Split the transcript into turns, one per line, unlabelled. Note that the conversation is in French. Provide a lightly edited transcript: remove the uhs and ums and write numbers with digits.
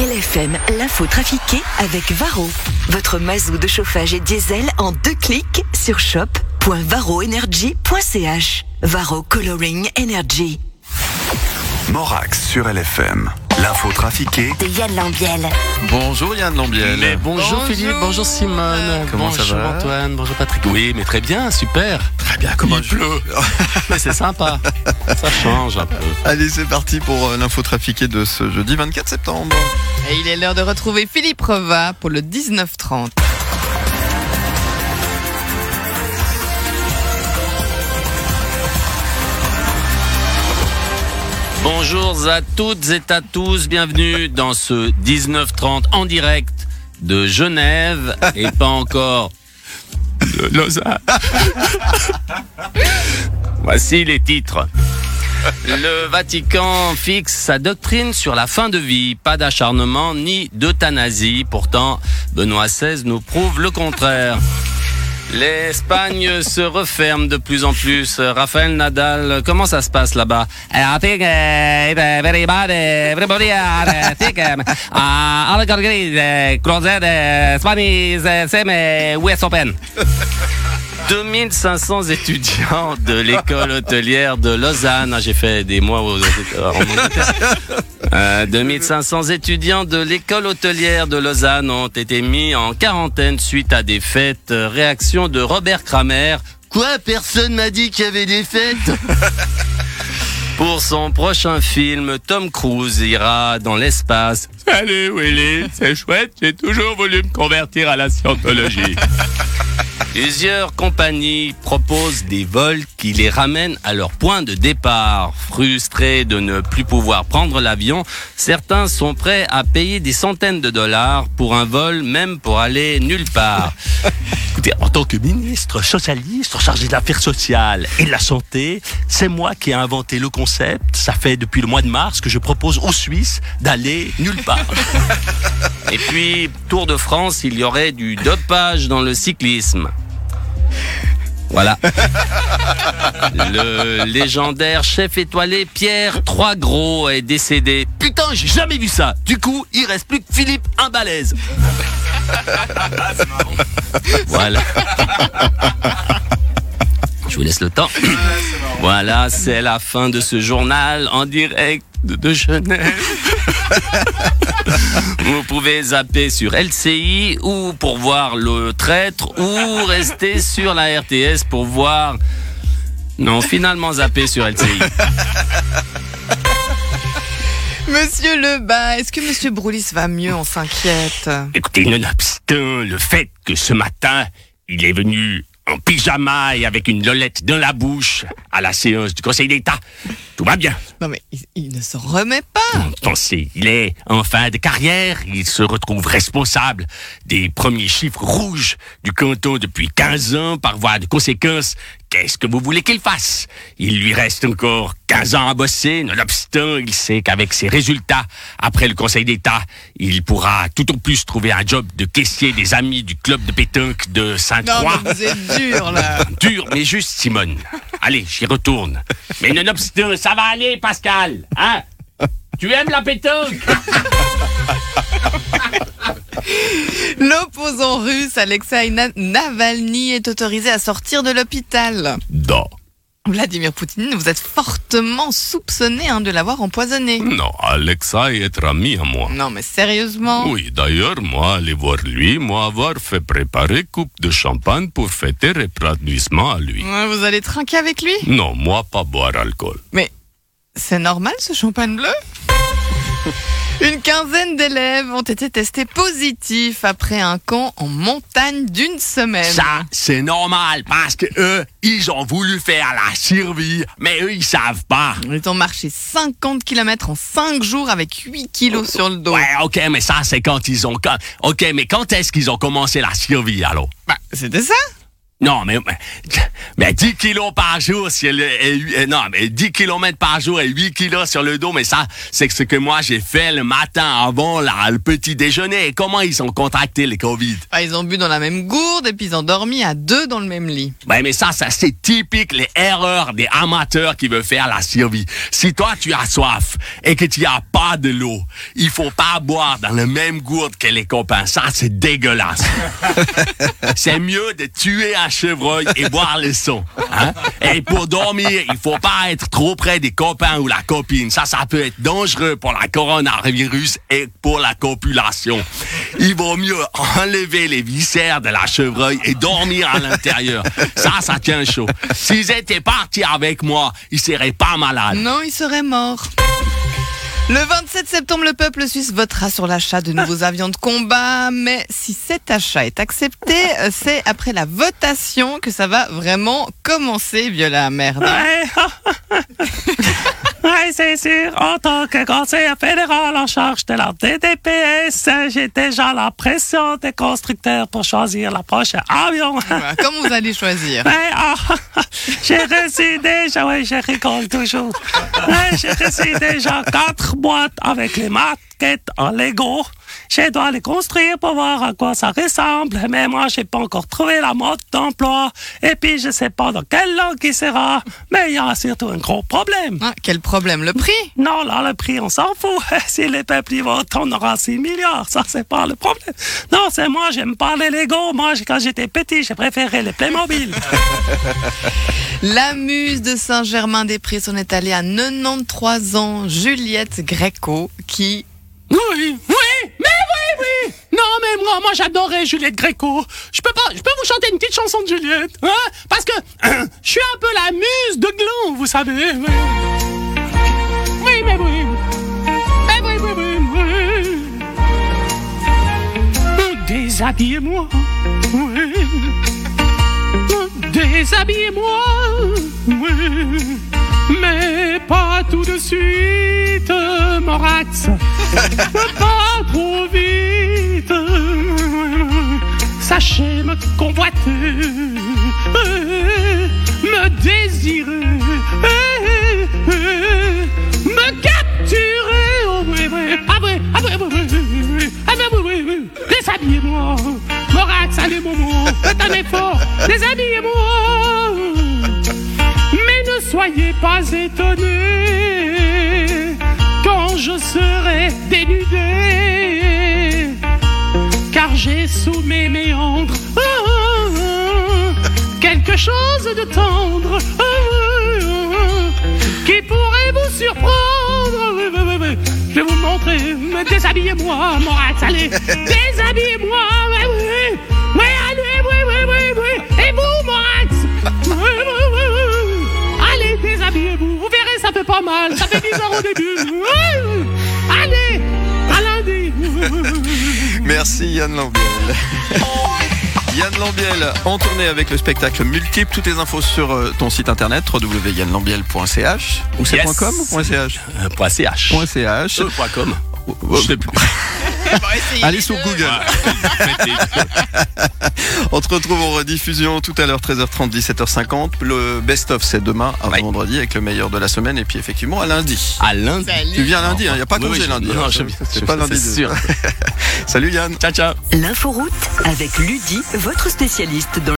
LFM, l'info trafiquée avec Varro. Votre mazou de chauffage et diesel en 2 clics sur shop.varroenergy.ch. Varro Coloring Energy.
Morax sur LFM. L'info trafiquée
de Yann Lambiel.
Bonjour Yann Lambiel.
Mais bonjour Philippe, bonjour Simone.
Comment ça va?
Bonjour Antoine, bonjour Patrick. Oui, mais très bien, super.
Très bien, comment
il pleut. Mais c'est sympa, ça change un peu.
Allez, c'est parti pour l'info trafiquée de ce jeudi 24 septembre.
Et il est l'heure de retrouver Philippe Reva pour le 19h30.
Bonjour à toutes et à tous, bienvenue dans ce 19h30 en direct de Genève et pas encore de Lausanne. Voici les titres. Le Vatican fixe sa doctrine sur la fin de vie, pas d'acharnement ni d'euthanasie. Pourtant, Benoît XVI nous prouve le contraire. L'Espagne se referme de plus en plus. Rafael Nadal, comment ça se passe là-bas? I think everybody think all closet Spanish same US Open. 2500 étudiants de l'école hôtelière de Lausanne. J'ai fait des mois en Angleterre. 2500 étudiants de l'école hôtelière de Lausanne ont été mis en quarantaine suite à des fêtes. Réaction de Robert Kramer. Quoi? Personne m'a dit qu'il y avait des fêtes? Pour son prochain film, Tom Cruise ira dans l'espace. Salut Willy, c'est chouette, j'ai toujours voulu me convertir à la scientologie. Plusieurs compagnies proposent des vols qui les ramènent à leur point de départ. Frustrés de ne plus pouvoir prendre l'avion, certains sont prêts à payer des centaines de dollars pour un vol, même pour aller nulle part. Écoutez, en tant que ministre socialiste chargé de l'affaires sociales et de la santé, c'est moi qui ai inventé le concept. Ça fait depuis le mois de mars que je propose aux Suisses d'aller nulle part. Et puis, Tour de France, il y aurait du dopage dans le cyclisme. Voilà. Le légendaire chef étoilé Pierre Troisgros est décédé. Putain, j'ai jamais vu ça. Du coup, il reste plus que Philippe Imbalaise. Voilà. Je vous laisse le temps. Voilà, c'est la fin de ce journal en direct de Genève. Vous pouvez zapper sur LCI ou pour voir le traître ou rester sur la RTS pour voir... Non, finalement zapper sur LCI.
Monsieur Lebas, est-ce que Monsieur Broulis va mieux? On s'inquiète.
Écoutez, nonobstant le fait que ce matin, il est venu en pyjama et avec une lolette dans la bouche à la séance du Conseil d'État, tout va bien.
Non mais il ne se remet pas.
Pensez, il est en fin de carrière, il se retrouve responsable des premiers chiffres rouges du canton depuis 15 ans, par voie de conséquence. Qu'est-ce que vous voulez qu'il fasse? Il lui reste encore 15 ans à bosser, nonobstant, il sait qu'avec ses résultats, après le Conseil d'État, il pourra tout au plus trouver un job de caissier des amis du club de pétanque de Sainte-Croix.
Non mais vous êtes dur là.
Dur, mais juste Simone. Allez, j'y retourne. Mais nonobstant, ça va aller Pascal, hein? Tu aimes la pétanque?
L'opposant russe Alexei Navalny est autorisé à sortir de l'hôpital.
Non.
Vladimir Poutine, vous êtes fortement soupçonné de l'avoir empoisonné.
Non, Alexei est ami à moi.
Non mais sérieusement?
Oui, d'ailleurs, moi, aller voir lui, moi avoir fait préparer coupe de champagne pour fêter l'épanouissement à lui.
Ouais, vous allez trinquer avec lui?
Non, moi pas boire alcool.
Mais c'est normal ce champagne bleu? Une quinzaine d'élèves ont été testés positifs après un camp en montagne d'une semaine.
Ça, c'est normal, parce que eux, ils ont voulu faire la survie, mais eux, ils savent pas.
Ils ont marché 50 km en 5 jours avec 8 kilos sur le dos.
Ouais, ok, mais ça, c'est quand ils ont... Ok, mais quand est-ce qu'ils ont commencé la survie, alors?
Bah, c'était ça.
Non, mais 10 kilos par jour, non, mais 10 kilomètres par jour et 8 kilos sur le dos, mais ça, c'est ce que moi j'ai fait le matin avant le petit déjeuner. Et comment ils ont contracté le Covid?
Ils ont bu dans la même gourde et puis ils ont dormi à 2 dans le même lit.
Ouais, mais ça c'est typique les erreurs des amateurs qui veulent faire la survie. Si toi tu as soif et que tu n'as pas de l'eau, il faut pas boire dans la même gourde que les copains. Ça, c'est dégueulasse. C'est mieux de tuer un chevreuil et boire le sang. Hein? Et pour dormir, il faut pas être trop près des copains ou la copine. Ça peut être dangereux pour la coronavirus et pour la copulation. Il vaut mieux enlever les viscères de la chevreuil et dormir à l'intérieur. Ça tient chaud. S'ils étaient partis avec moi, ils seraient pas malades.
Non, ils seraient morts. Le 27 septembre, le peuple suisse votera sur l'achat de nouveaux avions de combat, mais si cet achat est accepté, c'est après la votation que ça va vraiment commencer, Viola Merde.
Ouais, c'est sûr. En tant que conseiller fédéral en charge de la DDPS, j'ai déjà la pression des constructeurs pour choisir la prochaine avion.
Voilà, comment vous allez choisir?
J'ai reçu déjà, je rigole toujours. J'ai reçu déjà 4 boîtes avec les maquettes en Lego. Je dois les construire pour voir à quoi ça ressemble, mais moi, j'ai pas encore trouvé la mode d'emploi. Et puis, je sais pas dans quelle langue il sera. Mais il y a surtout un gros problème.
Quel problème? Le prix?
Non, là, le prix, on s'en fout. Si les peuples y votent, on aura 6 milliards. Ça, c'est pas le problème. Non, c'est moi, j'aime pas les Lego. Moi, quand j'étais petit, j'ai préféré les Playmobil.
La muse de Saint-Germain-des-Prés s'en est allée à 93 ans, Juliette Gréco, qui...
Oui. Non, mais moi, j'adorais Juliette Gréco. Je peux vous chanter une petite chanson de Juliette, hein? Parce que je suis un peu la muse de Gland, vous savez. Oui. Déshabillez-moi. Oui. Déshabillez-moi. Oui. Mais pas tout de suite, Morax. Pas trop vite. Sachez me convoiter, me désirer, me capturer. Oh oui. Déshabillez-moi. Morax, allez, Momo, faites un effort. Déshabillez-moi. Mais ne soyez pas étonnés quand je serai dénudé, car j'ai sous mes méandres quelque chose de tendre qui pourrait vous surprendre. Je vais vous montrer. Déshabillez-moi, Morax, allez. Déshabillez-moi. Oui, allez, oui. Et vous, Morax? Allez, déshabillez-vous. Vous verrez, ça fait pas mal. Ça fait bizarre au début. Allez, à lundi.
Merci Yann Lambiel. Yann Lambiel en tournée avec le spectacle Multiple. Toutes les infos sur ton site internet www.yannlambiel.ch ou c'est
Yes.
.com ou .ch
.ch.
.ch.
.com. Je sais plus.
Allez sur Google. On te retrouve en rediffusion tout à l'heure 13h30, 17h50. Le best-of c'est demain à vendredi avec le meilleur de la semaine et puis effectivement à lundi.
À lundi.
Tu viens lundi, il n'y a pas congé lundi.
Non,
c'est pas lundi.
C'est sûr.
Salut Yann.
Ciao.
L'inforoute avec Ludi, votre spécialiste dans